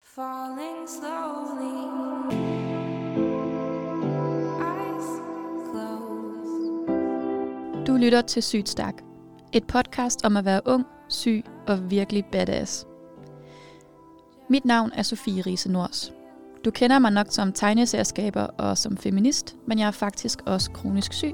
Falling slowly, eyes closed. Du lytter til Sygt Stærk. Et podcast om at være ung, syg og virkelig badass. Mit navn er Sofie Riise Nors. Du kender mig nok som tegneserieskaber og som feminist, men jeg er faktisk også kronisk syg.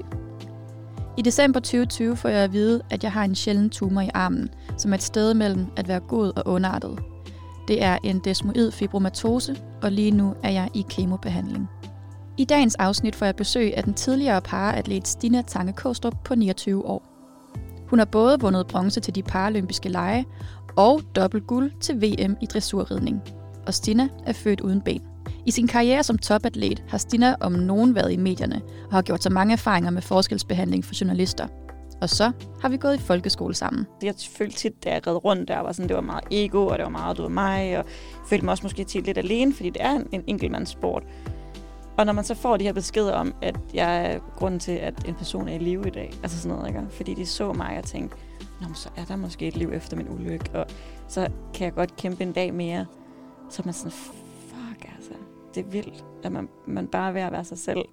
I december 2020 får jeg at vide, at jeg har en sjælden tumor i armen, som er et sted mellem at være god og ondartet. Det er en desmoid fibromatose, og lige nu er jeg i kemobehandling. I dagens afsnit får jeg besøg af den tidligere paraatlet Stina Tange Kaastrup på 29 år. Hun har både vundet bronze til de paralympiske lege og dobbelt guld til VM i dressurridning. Og Stina er født uden ben. I sin karriere som topatlet har Stina om nogen været i medierne og har gjort så mange erfaringer med forskelsbehandling for journalister. Og så har vi gået i folkeskole sammen. Jeg følte tit, da jeg red rundt der, var sådan, det var meget ego, og det var meget, du var mig, og jeg følte mig også måske tit lidt alene, fordi det er en enkeltmandssport. Og når man så får de her beskeder om, at jeg er grunden til, at en person er i live i dag, altså sådan noget, ikke? Fordi de så mig og tænkte, nå, så er der måske et liv efter min ulykke, og så kan jeg godt kæmpe en dag mere. Så er man sådan, fuck altså, det er vildt, at man bare er ved at være sig selv,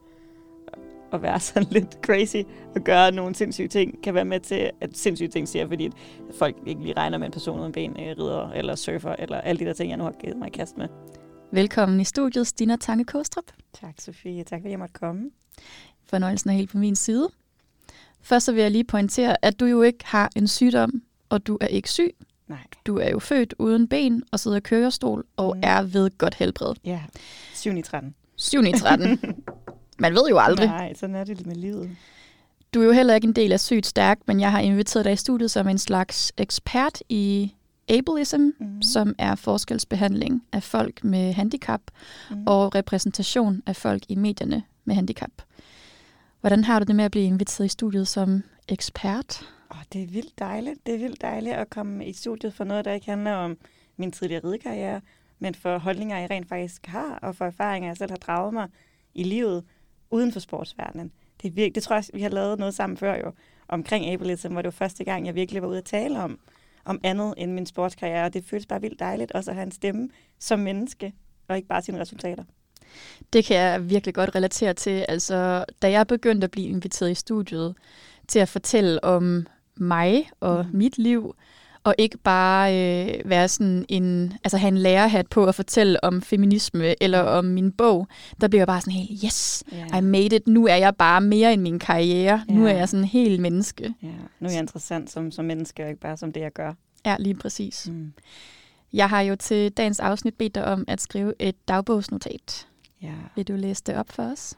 og være sådan lidt crazy og gøre nogle sindssyge ting, kan være med til, at sindssyge ting siger, fordi folk ikke lige regner med en person uden ben, rider eller surfer, eller alle de der ting, jeg nu har givet mig i kast med. Velkommen i studiet, Stina Tange Kaastrup. Tak, Sofie. Tak, fordi jeg måtte komme. Fornøjelsen er helt på min side. Først så vil jeg lige pointere, at du jo ikke har en sygdom, og du er ikke syg. Nej. Du er jo født uden ben og sidder i kørestol og er ved godt helbred. Ja, 7-13. 7-13. Man ved jo aldrig. Nej, sådan er det med livet. Du er jo heller ikke en del af Sygt Stærk, men jeg har inviteret dig i studiet som en slags ekspert i ableism, som er forskelsbehandling af folk med handicap og repræsentation af folk i medierne med handicap. Hvordan har du det med at blive inviteret i studiet som ekspert? Det er vildt dejligt. Det er vildt dejligt at komme i studiet for noget, der ikke handler om min tidligere ridekarriere, men for holdninger, jeg rent faktisk har, og for erfaringer, jeg selv har draget mig i livet uden for sportsverdenen. Det er virkelig, det tror jeg, vi har lavet noget sammen før jo, omkring ableism, hvor det var første gang, jeg virkelig var ude at tale om andet end min sportskarriere, og det føles bare vildt dejligt også at have en stemme som menneske, og ikke bare sine resultater. Det kan jeg virkelig godt relatere til. Altså, da jeg begyndte at blive inviteret i studiet til at fortælle om mig og mit liv, og ikke bare være sådan have en lærerhat på at fortælle om feminisme eller om min bog, der blev jeg bare sådan helt, yes, I made it. Nu er jeg bare mere end min karriere. Nu er jeg sådan en helt menneske. Ja. Nu er jeg interessant som menneske, og ikke bare som det, jeg gør. Ja, lige præcis. Jeg har jo til dagens afsnit bedt dig om at skrive et dagbogsnotat. Ja. Vil du læse det op for os?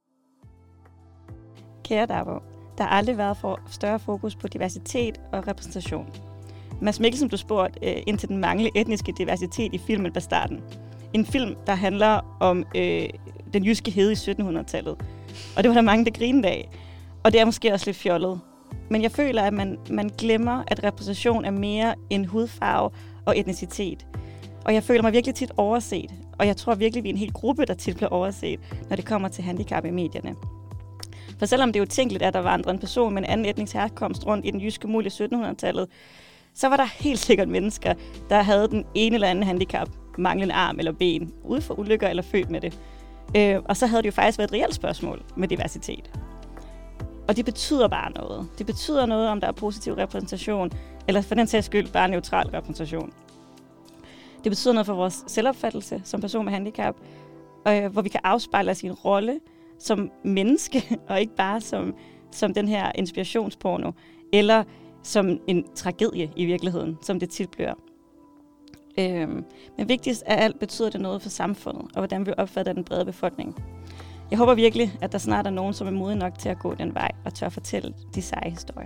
Kære dagbog, der har aldrig været større fokus på diversitet og repræsentation. Mads Mikkelsen blev spurgt ind til den manglende etniske diversitet i filmen Bastarden. En film, der handler om den jyske hede i 1700-tallet. Og det var der mange, der grinede af. Og det er måske også lidt fjollet. Men jeg føler, at man glemmer, at repræsentation er mere end hudfarve og etnicitet. Og jeg føler mig virkelig tit overset. Og jeg tror virkelig, vi er en hel gruppe, der tit bliver overset, når det kommer til handicap i medierne. For selvom det er jo tænkeligt, at der var en person med en anden etnisk herkomst rundt i den jyske mul i 1700-tallet, så var der helt sikkert mennesker, der havde den ene eller anden handicap, manglende arm eller ben, ude for ulykker eller født med det. Og så havde det jo faktisk været et reelt spørgsmål med diversitet. Og det betyder bare noget. Det betyder noget, om der er positiv repræsentation, eller for den sags skyld bare neutral repræsentation. Det betyder noget for vores selvopfattelse som person med handicap, hvor vi kan afspejle os i en rolle som menneske, og ikke bare som den her inspirationsporno, eller som en tragedie i virkeligheden, som det tit bliver. Men vigtigst af alt betyder det noget for samfundet, og hvordan vi opfatter den brede befolkning. Jeg håber virkelig, at der snart er nogen, som er modige nok til at gå den vej, og tør fortælle de seje historier.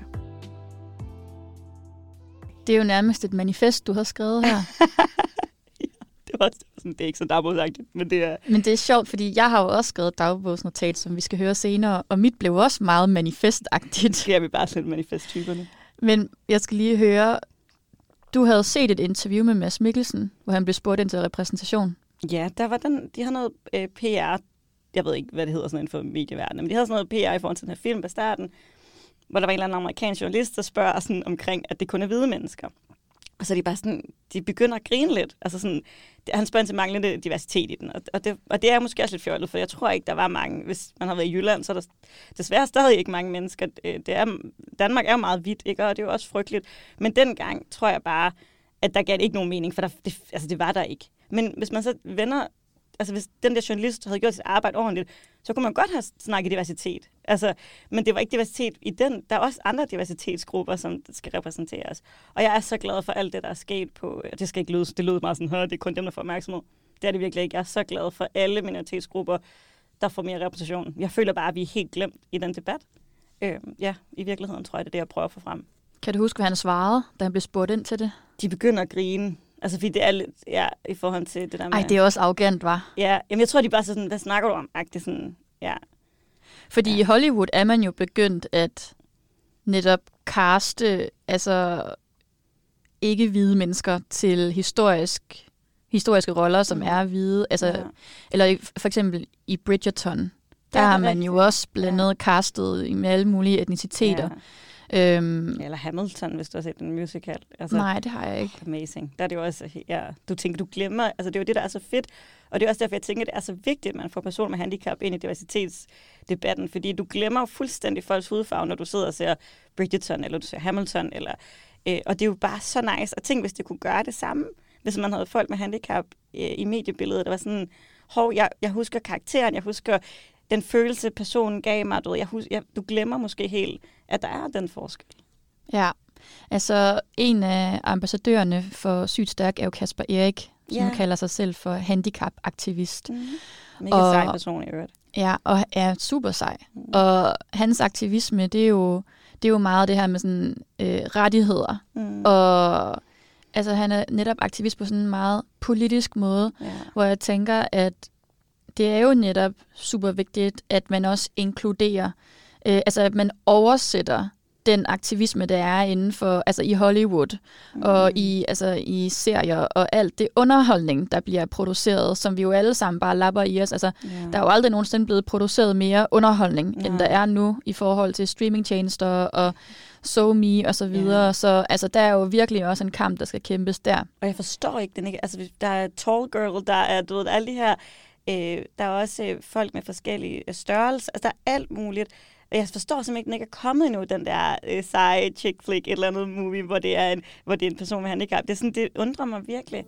Det er jo nærmest et manifest, du har skrevet her. Det er ikke så dagbogsagtigt, men det er... Men det er sjovt, fordi jeg har jo også skrevet et dagbogsnotat, som vi skal høre senere, og mit blev også meget manifestagtigt. Det er vi bare sådan manifesttyperne. Men jeg skal lige høre, du havde set et interview med Mads Mikkelsen, hvor han blev spurgt ind til repræsentation. Ja, der var de har noget PR, jeg ved ikke, hvad det hedder sådan inden for medieverdenen, men de havde sådan noget PR i forhold til den her film Bastarden, hvor der var en eller anden amerikansk journalist, der spørger sådan omkring, at det kun er hvide mennesker. Og så er de bare sådan, de begynder at grine lidt. Altså sådan, han spørger til manglende diversitet i den. Og det er måske også lidt fjollet, for jeg tror ikke, der var mange. Hvis man har været i Jylland, så er der desværre stadig ikke mange mennesker. Danmark er jo meget hvidt, ikke? Og det er jo også frygteligt. Men dengang tror jeg bare, at der gav det ikke nogen mening, for det var der ikke. Men hvis man så vender, altså hvis den der journalist havde gjort sit arbejde ordentligt, så kunne man godt have snakket diversitet. Altså, men det var ikke diversitet i den. Der er også andre diversitetsgrupper, som skal repræsenteres. Og jeg er så glad for alt det, der er sket på. Det skal ikke lyde, det lød meget sådan, det er kun dem, der får opmærksomhed. Det er det virkelig ikke. Jeg er så glad for alle minoritetsgrupper, der får mere repræsentation. Jeg føler bare, at vi er helt glemt i den debat. I virkeligheden tror jeg, det er det, jeg prøver at få frem. Kan du huske, hvad han svarede, da han blev spurgt ind til det? De begynder at grine. Altså, fordi det er lidt, i forhold til det der med... Ej, det er også arrogant, var. Ja, jamen jeg tror, de bare sådan, hvad snakker du om? Det sådan, ja. Fordi i Hollywood er man jo begyndt at netop caste, altså ikke hvide mennesker til historiske roller, som er hvide. Altså, eller for eksempel i Bridgerton, der har man jo også blandet castet med alle mulige etniciteter. Eller Hamilton, hvis du har set den musical. Altså, nej, det har jeg ikke. Amazing. Der er det jo også, du tænker, du glemmer, altså det er jo det, der er så fedt, og det er også derfor, jeg tænker, at det er så vigtigt, at man får personer med handicap ind i diversitetsdebatten, fordi du glemmer fuldstændig folks hudfarve, når du sidder og ser Bridgerton, eller du ser Hamilton, og det er jo bare så nice, og tænk, hvis det kunne gøre det samme, hvis man havde folk med handicap i mediebilledet, der var sådan, jeg husker karakteren, jeg husker den følelse, personen gav mig, du glemmer måske helt, at der er den forskel. Ja, altså en af ambassadørerne for Sygt Stærk er jo Kasper Erik, som kalder sig selv for handicap-aktivist. Mega sej person i øvrigt. Ja, og er super sej. Og hans aktivisme, det er jo meget det her med sådan rettigheder. Og altså han er netop aktivist på sådan en meget politisk måde, hvor jeg tænker, at det er jo netop super vigtigt, at man også inkluderer, altså at man oversætter den aktivisme, der er inden for, altså i Hollywood, og i serier, og alt det underholdning, der bliver produceret, som vi jo alle sammen bare lapper i os. Altså, der er jo aldrig nogensinde blevet produceret mere underholdning, end der er nu, i forhold til streamingtjenester og SoMe og så videre. Så altså, der er jo virkelig også en kamp, der skal kæmpes der. Og jeg forstår ikke den, ikke? Altså, der er Tall Girl, der er, du ved, alle de her, der er også folk med forskellige størrelser, altså der er alt muligt. Jeg forstår simpelthen ikke, den ikke er kommet endnu, den der seje chick flick, et eller andet movie, hvor det er en person med handicap. Det er sådan, det undrer mig virkelig.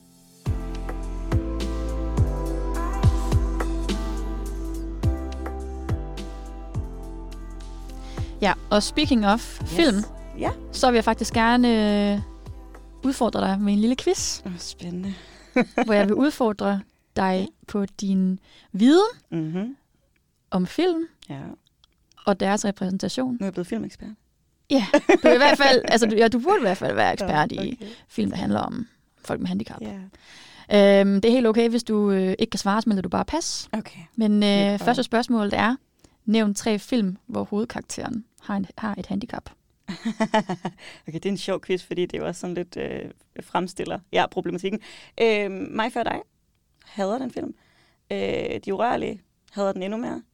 Ja, og speaking of film, så vil jeg faktisk gerne udfordre dig med en lille quiz. Spændende. Hvor jeg vil udfordre dig på din viden om film. Ja. Og deres repræsentation. Nu er jeg blevet filmekspert. Ja, du er i hvert fald, altså du burde i hvert fald være ekspert i film, der handler om folk med handicap. Yeah. Det er helt okay, hvis du ikke kan svare, så melder du bare pas. Okay. Men første spørgsmål er, nævn 3 film, hvor hovedkarakteren har et handicap. Okay, det er en sjov quiz, fordi det er jo også sådan lidt fremstiller problematikken. Mig før dig hader den film. De urørlige hader den endnu mere.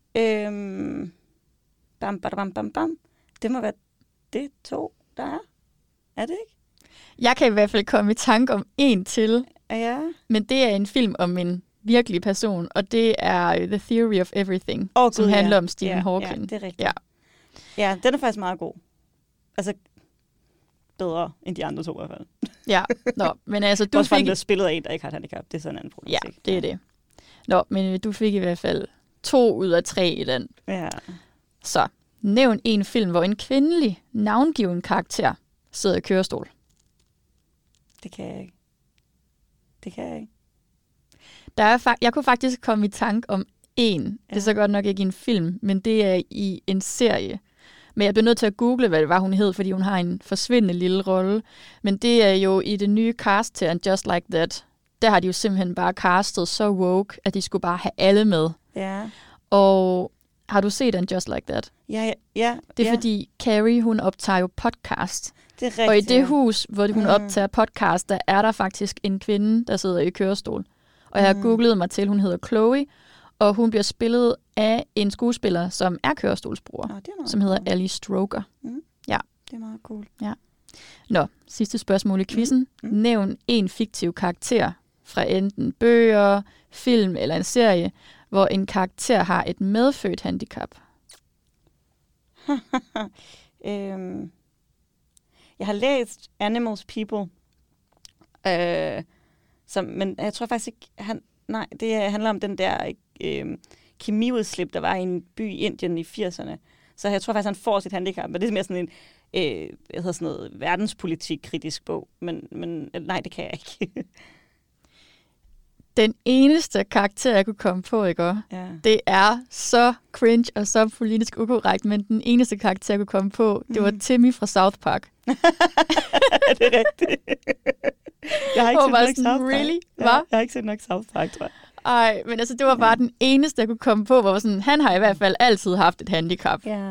Bam. Det må være det 2, der er. Er det ikke? Jeg kan i hvert fald komme i tanke om en til. Ja. Men det er en film om en virkelig person, og det er The Theory of Everything, som handler om Stephen Hawking. Ja, det er rigtigt. Ja, den er faktisk meget god. Altså, bedre end de andre 2 i hvert fald. Ja, men altså du også fik... spillet af en, der ikke har et handicap. Det er sådan en anden problematik. Ja, det er det. Men du fik i hvert fald 2 ud af 3 i den. Ja. Så, nævn en film, hvor en kvindelig, navngiven karakter sidder i kørestol. Det kan jeg ikke. Jeg kunne faktisk komme i tanke om en. Det er så godt nok ikke en film, men det er i en serie. Men jeg blev nødt til at google, hvad det var, hun hed, fordi hun har en forsvindende lille rolle. Men det er jo i det nye cast til And Just Like That. Der har de jo simpelthen bare castet så woke, at de skulle bare have alle med. Ja. Og har du set And Just Like That? Ja. Det er fordi Carrie, hun optager jo podcast. Det er rigtigt. Og i det hus, hvor hun optager podcast, der er der faktisk en kvinde, der sidder i kørestol. Og jeg har googlet mig til, hun hedder Chloe, og hun bliver spillet af en skuespiller, som er kørestolsbruger, som hedder Ali Stroker. Ja. Det er meget cool. Ja. Nå, sidste spørgsmål i quizzen. Nævn en fiktiv karakter fra enten bøger, film eller en serie, hvor en karakter har et medfødt handicap. Jeg har læst Animals People, men jeg tror faktisk ikke, det handler om den der kemiudslip, der var i en by i Indien i 80'erne. Så jeg tror faktisk, han får sit handicap, men det er mere sådan en sådan noget verdenspolitik-kritisk bog, men nej, det kan jeg ikke. Den eneste karakter, jeg kunne komme på, ikke? Ja. Det er så cringe og så politisk ukorrekt, men den eneste karakter, jeg kunne komme på, det var Timmy fra South Park. Det er rigtigt. Jeg har ikke set nok South Park. Really? Jeg har ikke set nok South Park, tror jeg. Ej, men altså, det var bare den eneste, jeg kunne komme på, hvor sådan, han har i hvert fald altid haft et handicap. Ja.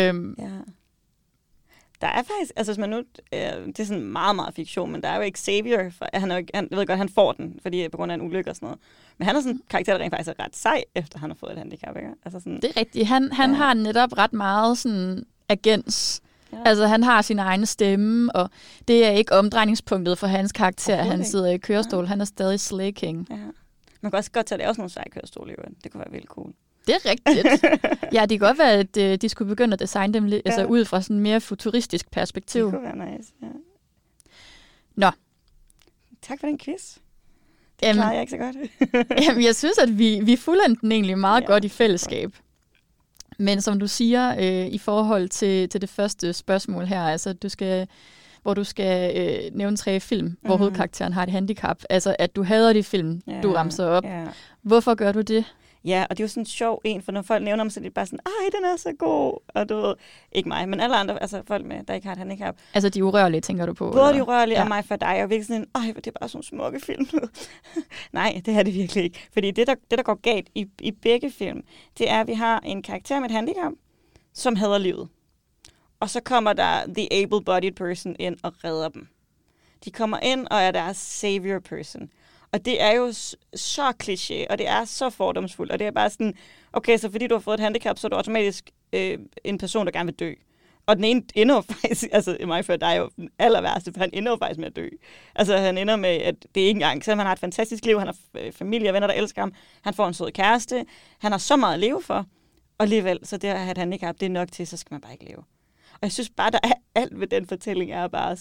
Der er faktisk, altså hvis man nu, det er sådan meget, meget fiktion, men der er jo Xavier, jeg ved godt, han får den, fordi på grund af en ulykke og sådan noget. Men han er sådan en karakter, der rent faktisk er ret sej, efter han har fået et handicap, ikke? Altså sådan, det er rigtigt. Han har netop ret meget sådan agens. Ja. Altså han har sin egen stemme, og det er ikke omdrejningspunktet for hans karakter. Han sidder i kørestol, han er stadig Slay King. Ja. Man kan også godt tage det også nogle seje kørestol i øvrigt. Det kunne være vildt cool. Det er rigtigt. Ja, det kan godt være, at de skulle begynde at designe dem altså ud fra sådan en mere futuristisk perspektiv. Det kunne være nice, ja. Nå. Tak for den quiz. Det klarer jeg ikke så godt. Jamen, jeg synes, at vi fuldendte den egentlig meget godt i fællesskab. Men som du siger, i forhold til det første spørgsmål her, altså hvor du skal nævne 3 film, hvor hovedkarakteren har et handicap. Altså, at du hader de film, du ramser op. Hvorfor gør du det? Ja, og det er jo sådan en sjov en, for når folk nævner dem, så er det bare sådan, ej, den er så god. Og du ved, ikke mig, men alle andre, altså folk med, der ikke har et handicap. Altså de urørlige, tænker du på? Både de urørlige og mig for dig, og virkelig sådan en, ej, det er bare sådan en smukke film. Nej, det er det virkelig ikke. Fordi det der går galt i begge film, det er, at vi har en karakter med et handicap, som hader livet. Og så kommer der the able-bodied person ind og redder dem. De kommer ind og er deres savior person. Og det er jo så kliché, og det er så fordomsfuldt, og det er bare sådan, okay, så fordi du har fået et handicap, så er du automatisk en person, der gerne vil dø. Og den ene ender jo faktisk, altså mig før dig er jo den aller værste, for han ender jo faktisk med at dø. Altså han ender med, at det er ikke engang, selvom han har et fantastisk liv, han har familie og venner, der elsker ham, han får en sød kæreste, han har så meget at leve for, og alligevel, så det at have et handicap, det er nok til, så skal man bare ikke leve. Og jeg synes bare, der er alt ved den fortælling, er bare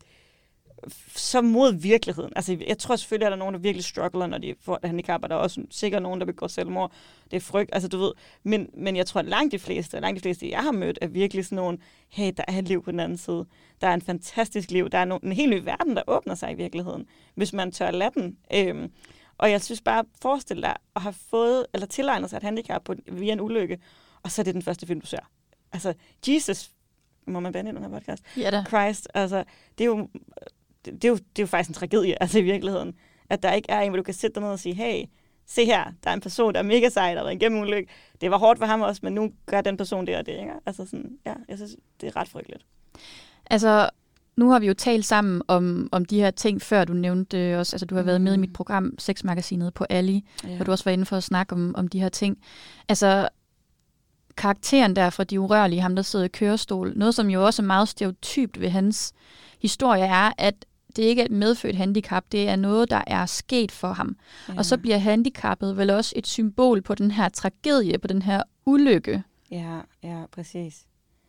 så mod virkeligheden. Altså, jeg tror selvfølgelig, at der er nogen, der virkelig struggler, når de får et handicap, og der er også sikkert nogen, der begår selvmord. Det er frygt, altså du ved. Men jeg tror, at langt de fleste, jeg har mødt, er virkelig sådan nogen, hey, der er et liv på den anden side. Der er en fantastisk liv. Der er en helt ny verden, der åbner sig i virkeligheden, hvis man tør lade den. Og jeg synes bare, forestil dig at have fået, eller tilegnet sig et handicap via en ulykke, og så er det den første film, du ser. Altså, Jesus, må man bande i den her podcast? Ja da. Christ, altså, det er jo faktisk en tragedie, altså i virkeligheden. At der ikke er en, hvor du kan sætte dig ned og sige, hey, se her, der er en person, der er mega sej, der har været igennem en ulykke. Det var hårdt for ham også, men nu gør den person det og det, ikke? Altså sådan, ja, jeg synes, det er ret frygteligt. Altså, nu har vi jo talt sammen om de her ting, før du nævnte også, altså du har været med i mit program, Sexmagasinet på Ali, hvor du også var inde for at snakke om de her ting. Altså, karakteren der fra De Urørlige, ham der sidder i kørestol, noget som jo også er meget stereotypt ved hans historie, er, at det ikke er et medfødt handicap, det er noget, der er sket for ham. Ja. Og så bliver handicappet vel også et symbol på den her tragedie, på den her ulykke. Ja, præcis.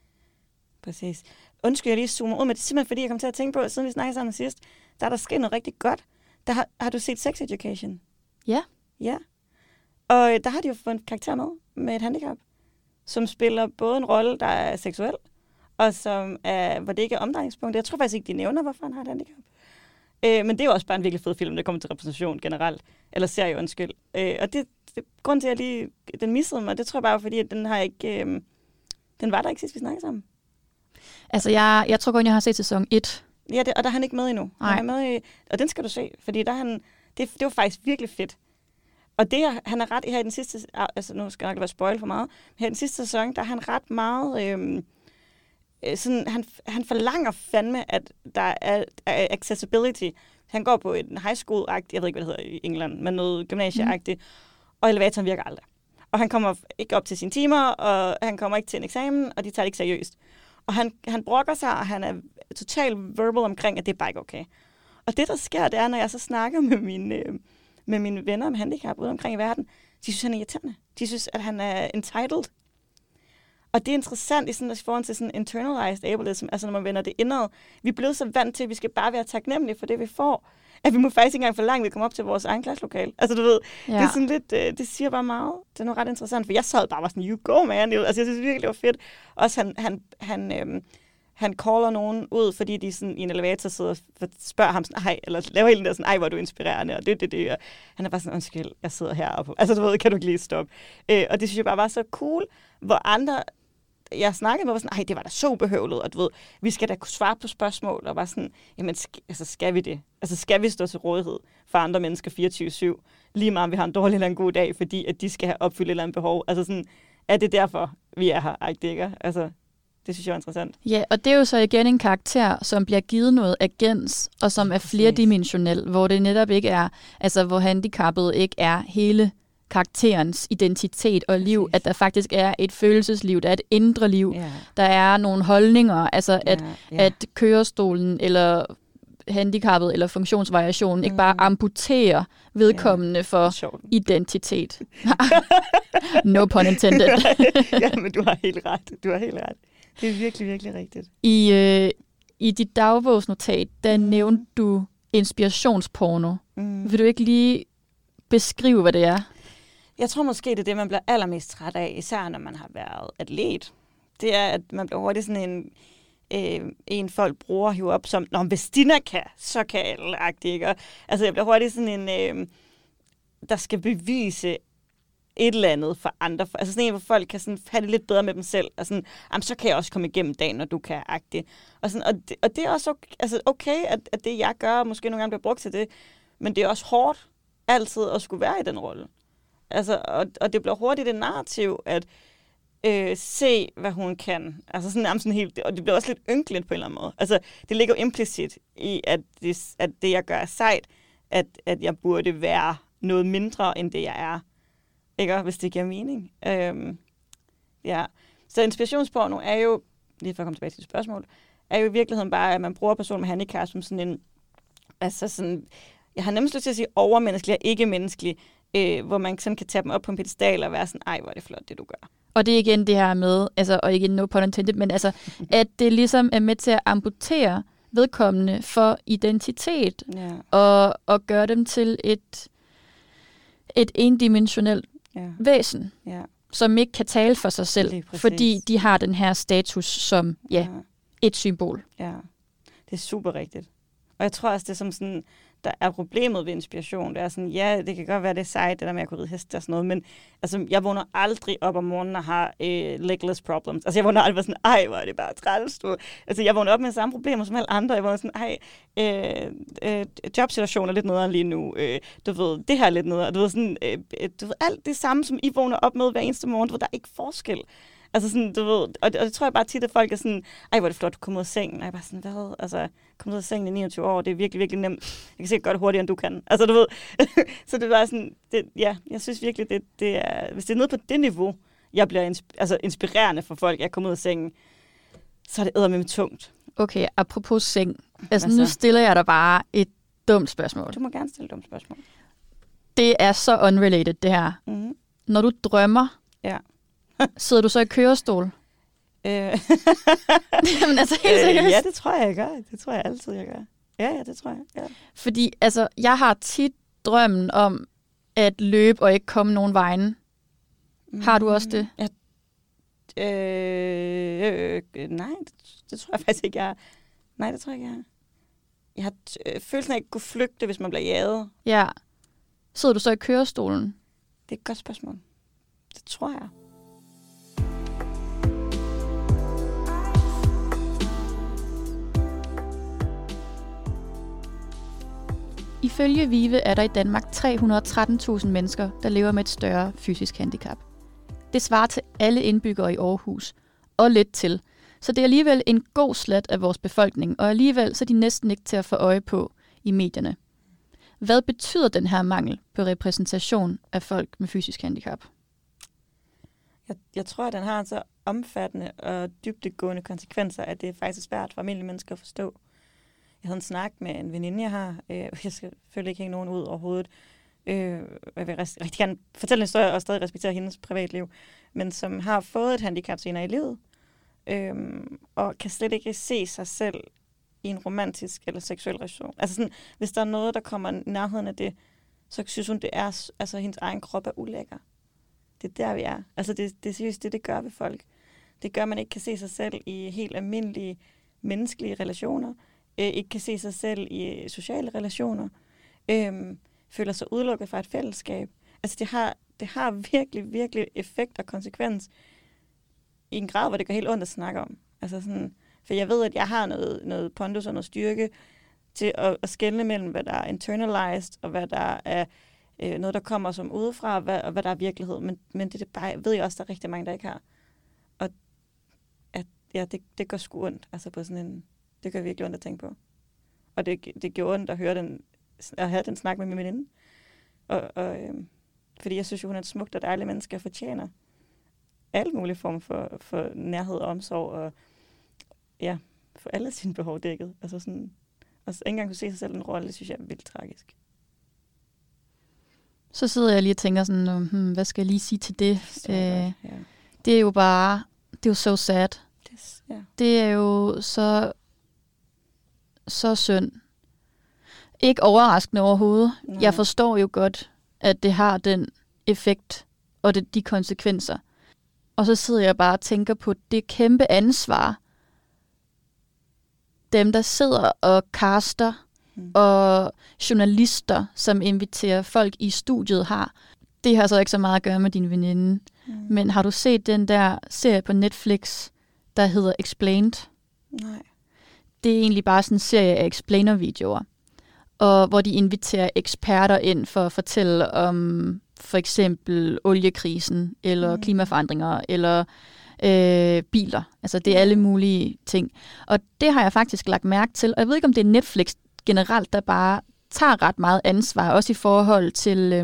Undskyld, jeg lige zoomer ud, men det er simpelthen fordi, jeg kom til at tænke på, siden vi snakkede sammen sidst, der er der sket noget rigtig godt. Har du set Sex Education? Ja. Ja. Og der har de jo fået en karakter med et handicap, som spiller både en rolle, der er seksuel, og som hvor det ikke er omdrejningspunkt. Jeg tror faktisk ikke, de nævner, hvorfor han har et handicap. Men det er jo også bare en virkelig fed film, der kommer til repræsentation generelt. Eller serie, undskyld. Og det grunden til, at den missede mig, det tror jeg bare, fordi at den har ikke... den var der ikke sidst, vi snakkede sammen. Altså, jeg tror godt, jeg har set sæson 1. Ja, og der er han ikke med endnu. Nej. Han er med og den skal du se, fordi der han... Det var faktisk virkelig fedt. Og det, han er ret... Her i den sidste... Altså, nu skal jeg nok være spoil for meget. Her i den sidste sæson, der er han ret meget... sådan, han forlanger fandme, at der er accessibility. Han går på en high school-agtigt, jeg ved ikke, hvad det hedder i England, men noget gymnasie-agtigt, og elevatoren virker aldrig. Og han kommer ikke op til sine timer, og han kommer ikke til en eksamen, og de tager det ikke seriøst. Og han brokker sig, og han er totalt verbal omkring, at det er bare ikke okay. Og det, der sker, det er, når jeg så snakker med mine venner om handicap ude omkring i verden, de synes, han er irriterende. De synes, at han er entitled. Og det er interessant i forhold til sådan internalized ableism, altså når man vender det indad. Vi er blevet så vant til, at vi skal bare være taknemmelige for det, vi får, at vi må faktisk ikke engang forlange, at vi kommer op til vores egen klasselokale. Altså du ved, det er sådan lidt, det siger bare meget. Det er noget ret interessant, for jeg sad bare sådan, you go man. Altså jeg synes virkelig, det var fedt. Også han caller nogen ud, fordi de sådan, i en elevator sidder og spørger ham sådan, eller laver hele den der sådan, ej, hvor er du inspirerende, og det. Og han er bare sådan, undskyld, jeg sidder heroppe. Altså du ved, kan du ikke lige stoppe? Og det synes jeg bare var så cool, hvor andre, jeg snakkede med, var sådan, ej, det var da så ubehøvlet, og du ved, vi skal da kunne svare på spørgsmål, og var sådan, jamen, skal vi det? Altså, skal vi stå til rådighed for andre mennesker 24/7, lige meget om vi har en dårlig eller en god dag, fordi at de skal have opfyldt et eller andet behov? Altså sådan, er det derfor, vi er her, ikke? Altså, det synes jeg er interessant. Ja, og det er jo så igen en karakter, som bliver givet noget agens, og som er flerdimensionel, hvor det netop ikke er, altså hvor handicappet ikke er hele karakterens identitet og liv, at der faktisk er et følelsesliv, der er et indre liv, der er nogle holdninger, altså at kørestolen eller handicappet eller funktionsvariationen ikke bare amputerer vedkommende for identitet. No pun intended. Ja, men du har helt ret. Det er virkelig, virkelig rigtigt. I dit dagbogsnotat, der nævnte du inspirationsporno. Vil du ikke lige beskrive, hvad det er? Jeg tror måske, det er det, man bliver allermest træt af, især når man har været atlet. Det er, at man bliver hurtigt sådan en folk bruger og hiver op som, nå, hvis Dina kan, så kan alle, ikke? Altså, jeg bliver hurtigt sådan en, der skal bevise et eller andet for andre. Altså sådan en, hvor folk kan sådan have det lidt bedre med dem selv. Og sådan, så kan jeg også komme igennem dagen, når du kan, agtigt. Og det er også okay, at det, jeg gør, måske nogle gange bliver brugt til det. Men det er også hårdt altid at skulle være i den rolle. Altså, og det bliver hurtigt et narrativ, at se, hvad hun kan. Altså sådan helt, og det bliver også lidt ynkeligt på en eller anden måde. Altså, det ligger jo implicit i, at det, jeg gør, er sejt, at jeg burde være noget mindre, end det, jeg er. Ikke? Hvis det giver mening. Ja. Så inspirationsporno er jo, lige for at komme tilbage til det spørgsmål, er jo i virkeligheden bare, at man bruger personer med handicap som sådan en, altså sådan, jeg har nemmest lyst til at sige overmenneskelig og ikke-menneskelig, hvor man sådan kan tage dem op på en pedestal og være sådan, ej, hvor er det flot, det du gør. Og det er igen det her med, altså, og ikke no pun intended, men altså, at det ligesom er med til at amputere vedkommende for identitet, og gøre dem til et endimensionelt væsen, som ikke kan tale for sig selv, fordi de har den her status som, et symbol. Ja, det er super rigtigt. Og jeg tror også, det er som sådan, der er problemet ved inspiration. Det er sådan, ja, det kan godt være, det er sejt, det der med at kunne ride heste og sådan noget, men altså, jeg vågner aldrig op om morgenen og har legless problems. Altså, jeg vågner aldrig sådan, ej, hvor er det bare træls. Altså, jeg vågner op med samme problemer som alle andre. Jeg vågner sådan, jobsituationen er lidt nederen lige nu. Du ved, det her er lidt nederen. Du ved, sådan, du ved, alt det samme, som I vågner op med hver eneste morgen. Du ved, der er ikke forskel. Altså sådan, du ved, og det tror jeg bare tit, at folk er sådan, ej, hvor er det flot, du kommer ud af sengen. Og jeg er bare sådan, hvad? Altså, komme ud af sengen i 29 år, det er virkelig, virkelig nemt. Jeg kan sikkert gøre det hurtigere, end du kan. Altså, du ved. Så det er bare sådan, jeg synes virkelig, det er, hvis det er noget på det niveau, jeg bliver inspirerende for folk, jeg kommer ud af sengen, så er det eddermame tungt. Okay, apropos seng. Altså, nu stiller jeg dig bare et dumt spørgsmål. Du må gerne stille et dumt spørgsmål. Det er så unrelated, det her. Mm-hmm. Når du drømmer, sidder du så i kørestol? Jamen, altså, helt seriøst. Ja, det tror jeg gør. Det tror jeg altid, jeg gør. Ja, det tror jeg. Ja. Fordi, altså, jeg har tit drømmen om at løbe og ikke komme nogen vejen. Har du også det? Nej, det tror jeg faktisk ikke, jeg har. Nej, det tror jeg ikke, jeg har. Jeg har følelsen af, at jeg kunne flygte, hvis man bliver jaget. Ja. Sidder du så i kørestolen? Det er et godt spørgsmål. Det tror jeg. Ifølge VIVE er der i Danmark 313.000 mennesker, der lever med et større fysisk handicap. Det svarer til alle indbyggere i Aarhus, og lidt til. Så det er alligevel en god slat af vores befolkning, og alligevel så er de næsten ikke til at få øje på i medierne. Hvad betyder den her mangel på repræsentation af folk med fysisk handicap? Jeg tror, at den har så omfattende og dybdegående konsekvenser, at det er faktisk svært for almindelige mennesker at forstå. Jeg havde en snak med en veninde, jeg har. Jeg skal selvfølgelig ikke hænge nogen ud overhovedet. Jeg vil rigtig gerne fortælle en historie og stadig respektere hendes privatliv, men som har fået et handicap senere i livet, og kan slet ikke se sig selv i en romantisk eller seksuel relation. Altså sådan, hvis der er noget, der kommer i nærheden af det, så synes hun, det er, altså hendes egen krop er ulækker. Det er der, vi er. Altså det er seriøst det gør ved folk. Det gør, at man ikke kan se sig selv i helt almindelige menneskelige relationer, ikke kan se sig selv i sociale relationer, føler sig udelukket fra et fællesskab. Altså det har virkelig, virkelig effekt og konsekvens i en grad, hvor det går helt ondt at snakke om. Altså sådan, for jeg ved, at jeg har noget pondus og noget styrke til at skelne mellem, hvad der er internalized, og hvad der er noget, der kommer som udefra, og hvad der er virkelighed. Men det bare, ved jeg også, der er rigtig mange, der ikke har. Og at, ja, det går sgu ondt. Altså på sådan en, det gør virkelig ondt at tænke på. Og det gjorde ondt at høre at have den snak med min veninde. Fordi jeg synes jo, hun er et smukt og dejligt menneske, og fortjener alle mulige former for nærhed og omsorg, og ja, for alle sine behov dækket. Altså sådan, og ikke engang kunne se sig selv en rolle, det synes jeg er vildt tragisk. Så sidder jeg lige og tænker sådan, hvad skal jeg lige sige til det? Ja. Det er jo bare, det er jo so sad. Det er jo så synd. Ikke overraskende overhovedet. Nej. Jeg forstår jo godt, at det har den effekt og de konsekvenser. Og så sidder jeg bare og tænker på det kæmpe ansvar, dem der sidder og caster og journalister, som inviterer folk i studiet har. Det har så ikke så meget at gøre med din veninde. Men har du set den der serie på Netflix, der hedder Explained? Nej. Det er egentlig bare sådan en serie af explainer-videoer, og hvor de inviterer eksperter ind for at fortælle om for eksempel oliekrisen, eller klimaforandringer, eller biler. Altså det er alle mulige ting. Og det har jeg faktisk lagt mærke til, og jeg ved ikke, om det er Netflix generelt, der bare tager ret meget ansvar, også i forhold til,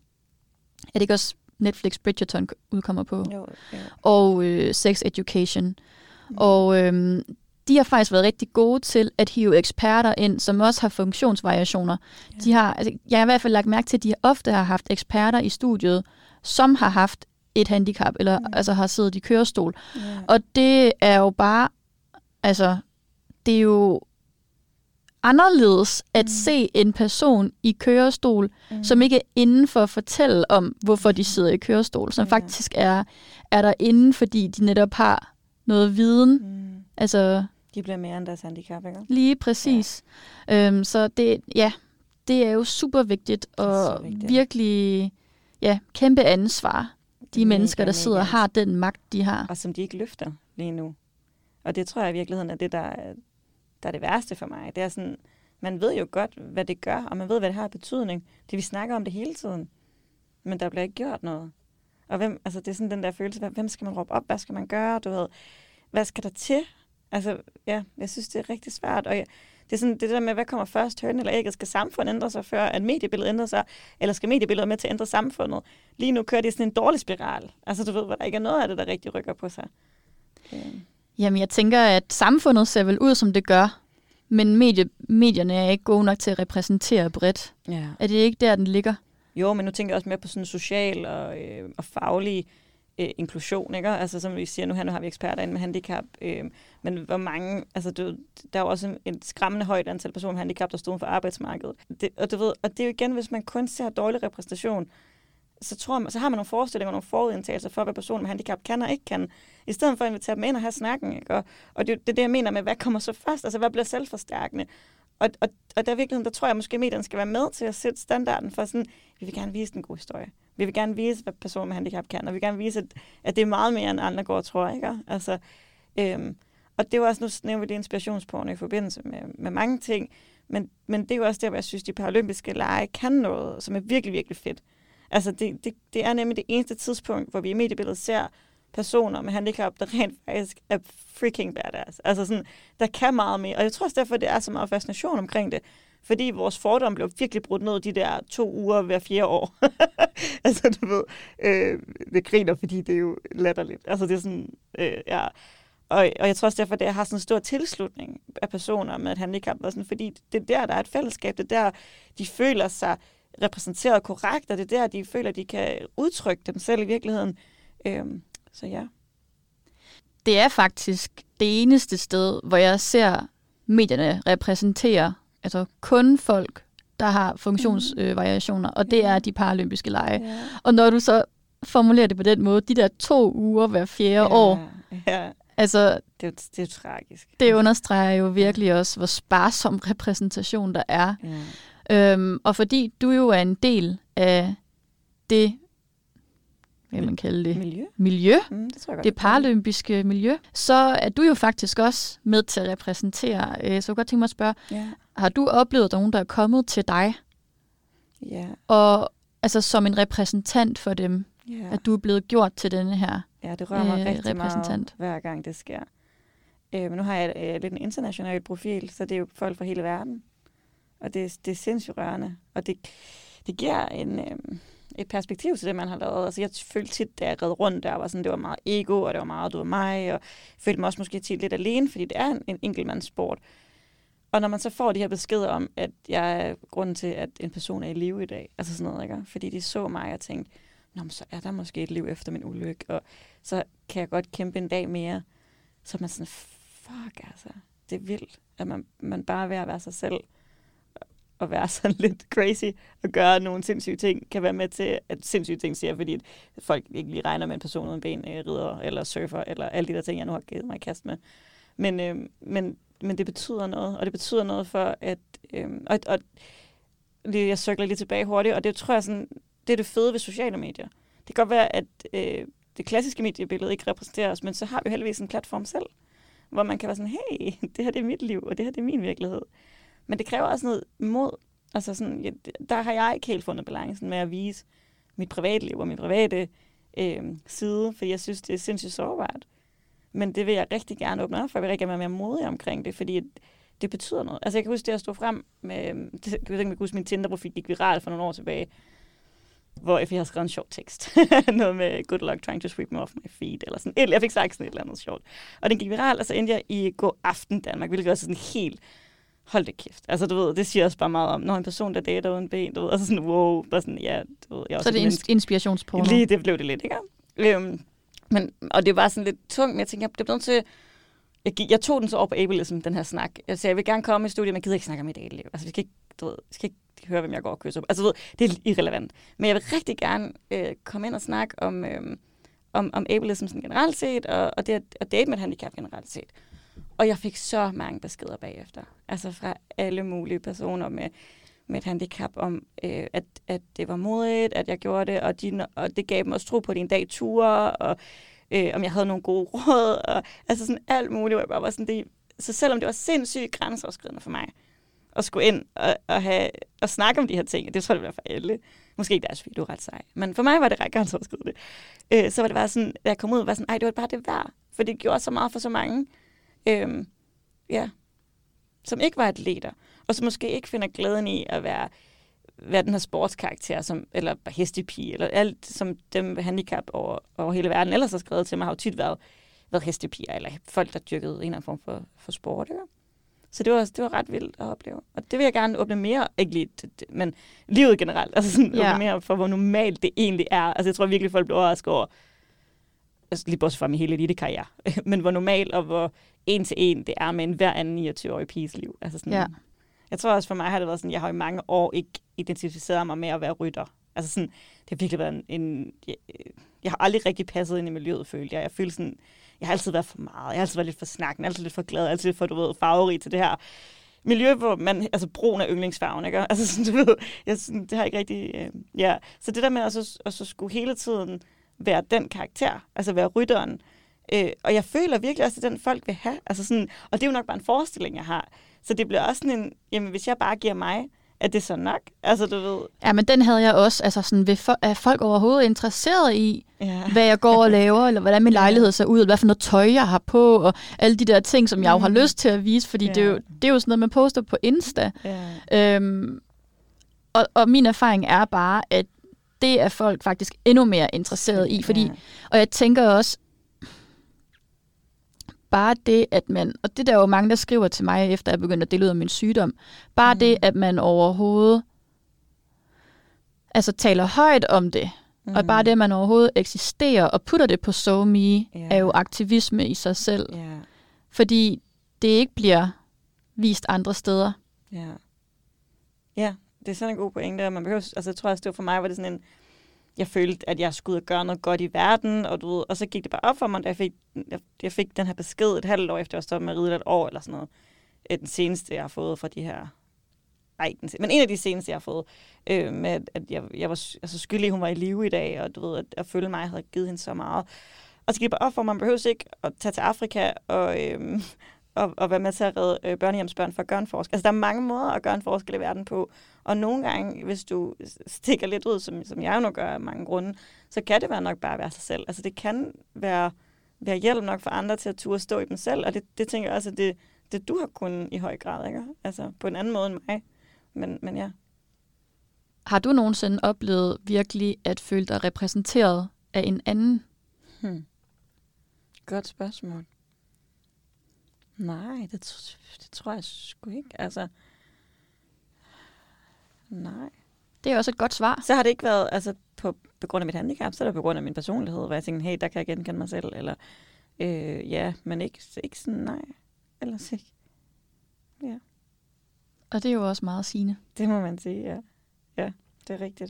er det ikke også Netflix Bridgerton udkommer på? Jo. Og Sex Education. Og de har faktisk været rigtig gode til at hive eksperter ind, som også har funktionsvariationer. Ja. De har, altså, jeg har i hvert fald lagt mærke til, at de ofte har haft eksperter i studiet, som har haft et handicap, eller altså har siddet i kørestol. Ja. Og det er jo bare, altså, det er jo anderledes at se en person i kørestol, som ikke er inden for at fortælle om, hvorfor de sidder i kørestol, som faktisk er der inden, fordi de netop har noget viden. Altså, de bliver mere end deres handicap, ikke? Lige præcis. Ja. Så det er jo super vigtigt, og virkelig kæmpe ansvar, de mennesker, der sidder og har den magt, de har. Og som de ikke løfter lige nu. Og det tror jeg i virkeligheden er det, der er det værste for mig. Det er sådan, man ved jo godt, hvad det gør, og man ved, hvad det har betydning. Det vi snakker om det hele tiden. Men der bliver ikke gjort noget. Og det er sådan den der følelse, hvem skal man råbe op? Hvad skal man gøre? Du ved, hvad skal der til? Altså, ja, jeg synes, det er rigtig svært. Og det er sådan det der med, hvad kommer først, hønen eller ægget? Skal samfundet ændre sig, før at mediebilledet ændrer sig? Eller skal mediebilledet med til at ændre samfundet? Lige nu kører det sådan en dårlig spiral. Altså, du ved, hvor der ikke er noget af det, der rigtig rykker på sig. Jamen, jeg tænker, at samfundet ser vel ud, som det gør. Men medierne er ikke gode nok til at repræsentere bredt. Ja. Er det ikke der, den ligger? Jo, men nu tænker jeg også mere på sådan social og faglig inklusion, ikke? Altså som vi siger, nu har vi eksperter inde med handicap, men hvor mange, altså der er jo også et skræmmende højt antal personer med handicap, der står for arbejdsmarkedet. Og det er jo igen, hvis man kun ser dårlig repræsentation, så har man nogle forestillinger og nogle forudindtagelser for, hvad personer med handicap kan og ikke kan, i stedet for at invitere dem ind og have snakken, ikke? Og det er det, jeg mener med, hvad kommer så først? Altså, hvad bliver selvforstærkende? Og der virkelig, der tror jeg måske, at medierne skal være med til at sætte standarden for sådan, vi vil gerne vise en god historie. Vi vil gerne vise, hvad personer med handicap kan, og vi vil gerne vise, at det er meget mere, end andre går og tror, ikke? Altså, og det er jo også, nu nævner vi det inspirationspunkt i forbindelse med mange ting, men det er jo også der, hvor jeg synes, de paralympiske lege kan noget, som er virkelig, virkelig fedt. Altså, det er nemlig det eneste tidspunkt, hvor vi i mediebilledet ser personer med handicap, der rent faktisk er freaking badass. Altså sådan, der kan meget mere. Og jeg tror også derfor, det er så meget fascination omkring det. Fordi vores fordom blev virkelig brudt ned de der 2 uger hver 4 år. Altså, du ved, det griner, fordi det er jo latterligt. Altså, det er sådan, ja. Og jeg tror også derfor, at jeg har sådan en stor tilslutning af personer med et handicap, og sådan, fordi det er der er et fællesskab, det er der, de føler sig repræsenteret korrekt, og det er der, de føler, at de kan udtrykke dem selv i virkeligheden. Så ja. Det er faktisk det eneste sted, hvor jeg ser medierne repræsentere altså kun folk, der har funktionsvariationer, og det er de paralympiske lege. Ja. Og når du så formulerer det på den måde, de der 2 uger hver 4 år, altså, det er jo tragisk. Det understreger jo virkelig også, hvor sparsom repræsentation der er. Ja. Og fordi du jo er en del af det, hvad man kalder det? Miljø. Det tror jeg godt, det paralympiske miljø, så er du jo faktisk også med til at repræsentere. Så jeg kunne godt tænke mig at spørge, har du oplevet nogen, der er kommet til dig? Ja. Og altså som en repræsentant for dem, at du er blevet gjort til denne her ja, det rører mig rigtig repræsentant. meget, hver gang det sker. Men nu har jeg lidt en international profil, så det er jo folk fra hele verden. Og det er sindssygt rørende. Og det giver et perspektiv til det, man har lavet. Altså, jeg følte tit, da jeg red rundt, der var sådan, det var meget ego, og det var meget, du var mig, og jeg følte mig også måske tit lidt alene, fordi det er en enkeltmandssport. Og når man så får de her beskeder om, at jeg er grunden til, at en person er i live i dag, altså sådan noget, ikke? Fordi de så mig og tænkte, nå, men så er der måske et liv efter min ulykke, og så kan jeg godt kæmpe en dag mere. Så er man sådan, fuck altså, det er vildt, at man bare er ved at være sig selv, og være sådan lidt crazy, og gøre nogle sindssyge ting, kan være med til, at sindssyge ting siger, fordi folk ikke lige regner med en person uden ben, rider, eller surfer, eller alle de der ting, jeg nu har givet mig i kast med. Men det betyder noget, og det betyder noget for, at og jeg cykler lige tilbage hurtigt, og det tror jeg sådan, det er det fede ved sociale medier. Det kan godt være, at det klassiske mediebillede ikke repræsenterer os, men så har vi heldigvis en platform selv, hvor man kan være sådan, hey, det her det er mit liv, og det her det er min virkelighed. Men det kræver også noget mod. Altså sådan, der har jeg ikke helt fundet balancen med at vise mit privatliv og min private side, for jeg synes, det er sindssygt sårbart. Men det vil jeg rigtig gerne åbne op for. Jeg vil rigtig gerne være mere modig omkring det, fordi det betyder noget. Altså jeg kan huske, det at stå frem med, jeg kan huske, min Tinder-profil gik viral for nogle år tilbage, hvor jeg har skrevet en sjov tekst. Noget med good luck trying to sweep me off my feet, eller sådan. Jeg fik sagt sådan et eller andet sjovt. Og den gik viral, og så endte jeg i God Aften Danmark, hvilket også sådan helt, hold det kæft. Altså du ved, det siger også bare meget om, når en person, der dater uden ben, du ved, altså sådan, wow, bare sådan, ja, du ved, jeg også så det er inspirationsporno. Lige det blev det lidt, ikke? Og det var sådan lidt tungt, men jeg tænkte, det blev nødt til, jeg tog den så over på ableism, den her snak. Jeg sagde, jeg vil gerne komme i studiet, men jeg gider ikke snakke om mit liv. Altså vi skal ikke høre, hvem jeg går og kysser på. Altså ved, det er irrelevant. Men jeg vil rigtig gerne komme ind og snakke om ableism generelt set, og det at date med et handicap generelt set. Og jeg fik så mange beskeder bagefter. Altså fra alle mulige personer med et handicap om, at det var modigt, at jeg gjorde det, og det gav mig også tro på, at det en dag ture, og om jeg havde nogle gode råd, og altså sådan alt muligt, hvor jeg bare var sådan det. Så selvom det var sindssygt grænseoverskridende for mig, at skulle ind og snakke om de her ting, det tror jeg, det var for alle. Måske ikke deres, fordi du er ret sej. Men for mig var det ret grænseoverskridende. Så var det bare sådan, da jeg kom ud, var sådan, det var bare det værd. For det gjorde så meget for så mange, som ikke var atleter, og som måske ikke finder glæden i at være den her sportskarakter, eller hestepige, eller alt, som dem med handicap over hele verden ellers har skrevet til mig, har jo tit været hestepiger, eller folk, der dyrkede en eller anden form for sport. Ikke? Så det var ret vildt at opleve. Og det vil jeg gerne åbne mere, ikke lige, men livet generelt, altså sådan åbne mere for, hvor normalt det egentlig er. Altså jeg tror virkelig, folk bliver overrasket over, altså lige bortset fra min hele elitekarriere, men hvor normalt og hvor en til en det er med en hver anden 29-årig piges liv. Altså sådan, jeg tror også for mig har det været sådan, jeg har i mange år ikke identificeret mig med at være rytter. Altså sådan, det har virkelig været jeg har aldrig rigtig passet ind i miljøet, følte jeg. Jeg følte sådan, jeg har altid været for meget. Jeg har altid været lidt for snakken, altid lidt for glad, altid lidt for, du ved, farverig til det her miljø, hvor man, altså brun er yndlingsfarven, ikke? Altså sådan, du ved, det har ikke rigtig, Så det der med at så skulle hele tiden være den karakter, altså være rytteren, og jeg føler virkelig også, at den folk vil have, altså sådan, og det er jo nok bare en forestilling, jeg har. Så det bliver også sådan en, jamen hvis jeg bare giver mig, er det så nok? Altså, du ved... Ja, men den havde jeg også. Altså, sådan, er folk overhovedet interesseret i, hvad jeg går og laver, eller hvordan min lejlighed ser ud, eller hvad for noget tøj, jeg har på, og alle de der ting, som jeg jo har lyst til at vise, fordi det er jo sådan noget, man poster på Insta. Og min erfaring er bare, at det er folk faktisk endnu mere interesseret i, fordi, og jeg tænker også, bare det, at man, og det der er jo mange, der skriver til mig, efter jeg begyndte at dele ud af min sygdom, bare det, at man overhovedet altså taler højt om det, og bare det, at man overhovedet eksisterer og putter det på SoMe, er jo aktivisme i sig selv. Fordi det ikke bliver vist andre steder. Ja, det er sådan en god pointe, og man behøver, altså jeg tror også, det var for mig, var det sådan en, jeg følte, at jeg skulle gøre noget godt i verden, og, du ved, og så gik det bare op for mig, da jeg fik den her besked et halvt år efter, jeg stoppede med at ride et år, eller sådan noget. Den seneste, jeg har fået fra de her... men en af de seneste, jeg har fået, med at jeg var altså skyldig, hun var i live i dag, og du ved, at følge mig havde givet hende så meget. Og så gik det bare op for mig, man behøver ikke at tage til Afrika og være med til at redde børnehjemsbørn for at gøre en forskel. Altså, der er mange måder at gøre en forskel i verden på. Og nogle gange, hvis du stikker lidt ud, som jeg jo nu gør af mange grunde, så kan det være nok bare at være sig selv. Altså, det kan være hjælp nok for andre til at turde stå i dem selv. Og det tænker jeg også, at det du har kunnet i høj grad, ikke? Altså, på en anden måde end mig. Men ja. Har du nogensinde oplevet virkelig at føle dig repræsenteret af en anden? Godt spørgsmål. Nej, det tror jeg sgu ikke. Altså, nej. Det er også et godt svar. Så har det ikke været altså, på grund af mit handicap, så er det på grund af min personlighed, hvor jeg tænker, hey, der kan jeg genkende mig selv, eller men ikke sådan, nej. Ellers ikke. Ja. Og det er jo også meget sigende. Det må man sige, ja. Ja, det er rigtigt.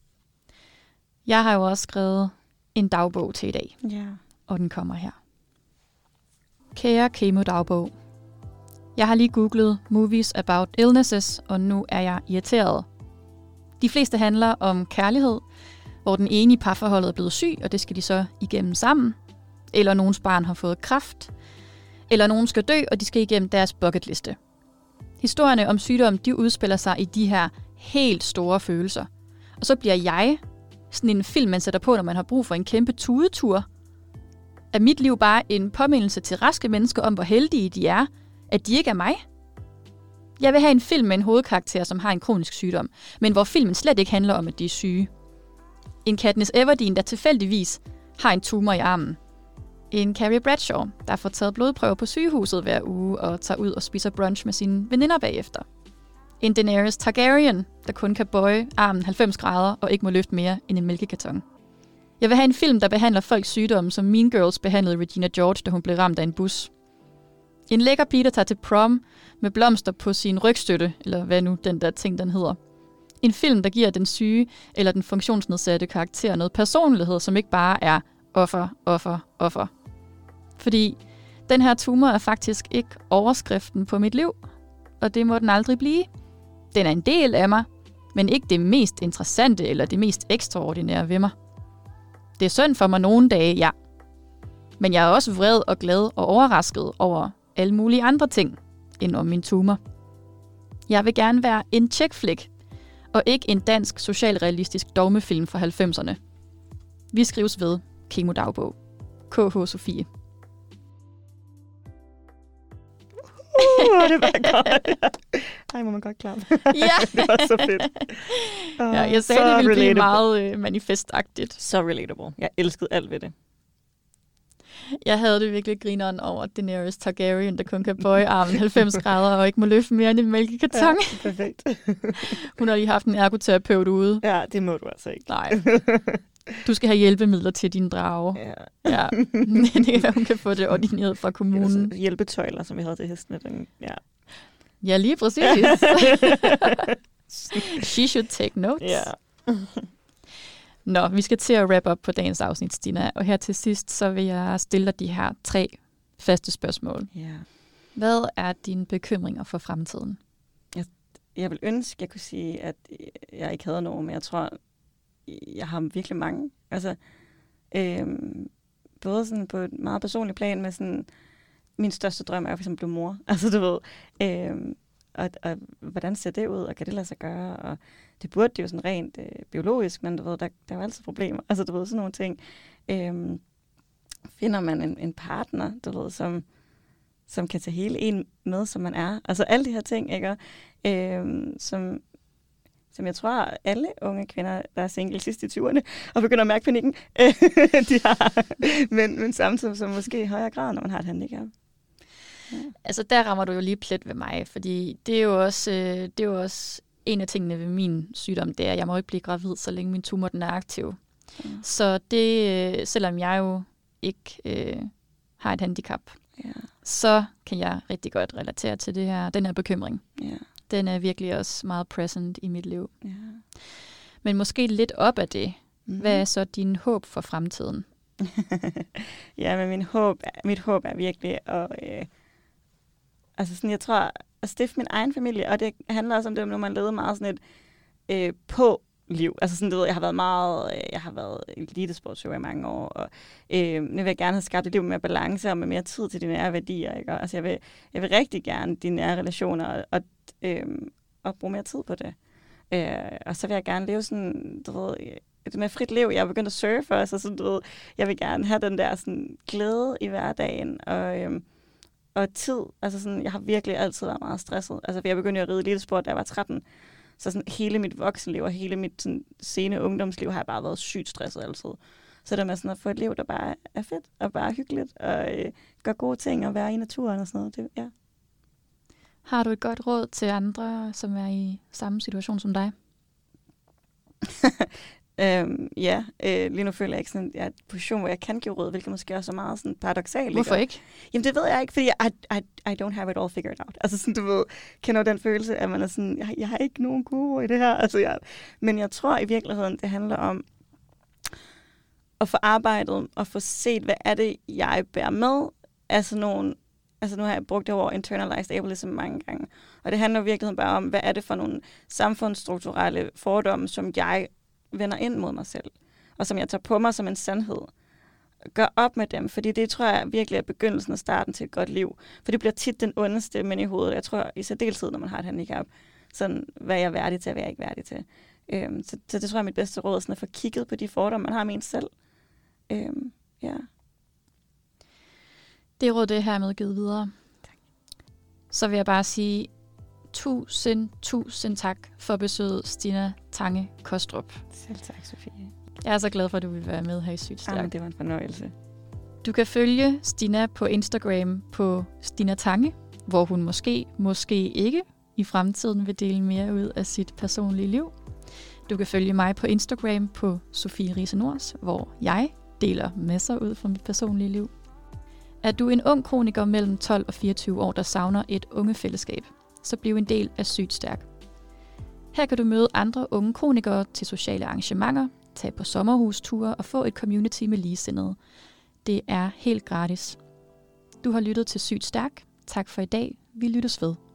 Jeg har jo også skrevet en dagbog til i dag. Ja. Og den kommer her. Kære kemodagbog. Jeg har lige googlet movies about illnesses, og nu er jeg irriteret. De fleste handler om kærlighed, hvor den ene i parforholdet er blevet syg, og det skal de så igennem sammen. Eller nogens barn har fået kræft. Eller nogen skal dø, og de skal igennem deres bucketliste. Historierne om sygdom, de udspiller sig i de her helt store følelser. Og så bliver jeg sådan en film, man sætter på, når man har brug for en kæmpe tudetur. Er mit liv bare en påmindelse til raske mennesker om, hvor heldige de er, at de ikke er mig? Jeg vil have en film med en hovedkarakter, som har en kronisk sygdom, men hvor filmen slet ikke handler om, at de er syge. En Katniss Everdeen, der tilfældigvis har en tumor i armen. En Carrie Bradshaw, der får taget blodprøver på sygehuset hver uge og tager ud og spiser brunch med sine veninder bagefter. En Daenerys Targaryen, der kun kan bøje armen 90 grader og ikke må løfte mere end en mælkekarton. Jeg vil have en film, der behandler folks sygdomme, som Mean Girls behandlede Regina George, da hun blev ramt af en bus. En lækker pige, der tager til prom med blomster på sin rygstøtte, eller hvad nu den der ting, den hedder. En film, der giver den syge eller den funktionsnedsatte karakter noget personlighed, som ikke bare er offer. Fordi den her tumor er faktisk ikke overskriften på mit liv, og det må den aldrig blive. Den er en del af mig, men ikke det mest interessante eller det mest ekstraordinære ved mig. Det er synd for mig nogle dage, ja. Men jeg er også vred og glad og overrasket over alle mulige andre ting end om min tumor. Jeg vil gerne være en chick flick, og ikke en dansk socialrealistisk dogmefilm fra 90'erne. Vi skrives ved Kemodagbog. KH Sofie. Det var godt. Ej, må man godt klappe. Ja. Det var så fedt. Ja, jeg sagde, det ville blive meget manifestagtigt. Så relatable. Jeg elskede alt ved det. Jeg havde det virkelig grineren over Daenerys Targaryen, der kun kan bøje armen 90 grader og ikke må løfte mere end en mælkekarton. Ja, perfekt. Hun har lige haft en ergoterapeut ude. Ja, det må du altså ikke. Nej. Du skal have hjælpemidler til din drage. Ja. Det kan være, hun kan få det ordineret fra kommunen. Altså, hjælpetøjler, som vi havde til hestene. Ja, lige præcis. She should take notes. Ja. Nå, vi skal til at wrap up på dagens afsnit, Stina. Og her til sidst, så vil jeg stille dig de her 3 faste spørgsmål. Ja. Hvad er dine bekymringer for fremtiden? Jeg vil ønske, jeg kunne sige, at jeg ikke havde nogen, men jeg tror, jeg har virkelig mange. Altså, både sådan på et meget personligt plan, med sådan, min største drøm er jo for eksempel at blive mor. Altså, du ved, og hvordan ser det ud, og kan det lade sig gøre? Og det burde det jo sådan rent biologisk, men du ved, der er jo altid problemer. Altså, du ved, sådan nogle ting. Finder man en partner, du ved, som kan tage hele en med, som man er. Altså alle de her ting, ikke? Som jeg tror, alle unge kvinder, der er single sidst i 20'erne, og begynder at mærke panikken, de har. Men samtidig som måske i højere grad, når man har et handicap. Ja. Altså, der rammer du jo lige plet ved mig, fordi det er jo også en af tingene ved min sygdom, det er, at jeg må ikke blive gravid, så længe min tumor den er aktiv. Ja. Så det, selvom jeg jo ikke har et handicap, så kan jeg rigtig godt relatere til den her bekymring. Ja. Den er virkelig også meget present i mit liv. Ja. Men måske lidt op af det. Mm-hmm. Hvad er så din håb for fremtiden? Ja, men mit håb er virkelig altså sådan, jeg tror, at stifte min egen familie, og det handler også om det, når man levede meget sådan et på liv. Altså sådan, du ved, jeg har været elitesportsøver i mange år, og nu vil jeg gerne have skabt et liv med mere balance og med mere tid til de nære værdier, ikke? Altså jeg vil rigtig gerne de nære relationer og bruge mere tid på det. Og så vil jeg gerne leve sådan, du ved, et mere frit liv. Jeg er begyndt at surfe også, og så du ved, jeg vil gerne have den der sådan glæde i hverdagen og tid. Altså sådan, jeg har virkelig altid været meget stresset. Altså jeg begyndte at ride elitesport, da jeg var 13. Så sådan hele mit voksenliv og hele mit sådan sene ungdomsliv har jeg bare været sygt stresset altid. Så det med sådan at få et liv, der bare er fedt og bare hyggeligt og gør gode ting og være i naturen og sådan noget. Det, ja. Har du et godt råd til andre, som er i samme situation som dig? Lige nu føler jeg ikke sådan, jeg er i en position, hvor jeg kan give råd, hvilket måske også er meget sådan paradoksalt. Hvorfor ikke? Jamen det ved jeg ikke, fordi I don't have it all figured out. Altså sådan, du ved, kender den følelse, at man er sådan, jeg har ikke nogen guru i det her. Altså, men jeg tror i virkeligheden, det handler om at få arbejdet og få set, hvad er det, jeg bærer med af sådan nogle. Altså nu har jeg brugt det ord internalized ableism mange gange. Og det handler i virkeligheden bare om, hvad er det for nogle samfundsstrukturelle fordomme, som jeg vender ind mod mig selv, og som jeg tager på mig som en sandhed. Gør op med dem, fordi det tror jeg virkelig er begyndelsen og starten til et godt liv. For det bliver tit den onde stemme i hovedet. Jeg tror i særdeleshed, når man har et handicap, sådan, hvad er jeg værdig til, og hvad er jeg ikke værdig til. Så det tror jeg er mit bedste råd, sådan at få kigget på de fordomme, man har med en selv. Ja. Det råd, det er hermed givet videre. Tak. Så vil jeg bare sige tusind tak for besøget, Stina Tange Kostrup. Selv tak, Sofie. Jeg er så glad for, at du vil være med her i Sygt Stærk. Jamen, det var en fornøjelse. Du kan følge Stina på Instagram på Stina Tange, hvor hun måske ikke i fremtiden vil dele mere ud af sit personlige liv. Du kan følge mig på Instagram på Sofie Riise Nors, hvor jeg deler masser ud fra mit personlige liv. Er du en ung kroniker mellem 12 og 24 år, der savner et ungefællesskab, så bliv en del af Sygt Stærk. Her kan du møde andre unge kronikere til sociale arrangementer, tage på sommerhusture og få et community med ligesindede. Det er helt gratis. Du har lyttet til Sygt Stærk. Tak for i dag. Vi lyttes ved.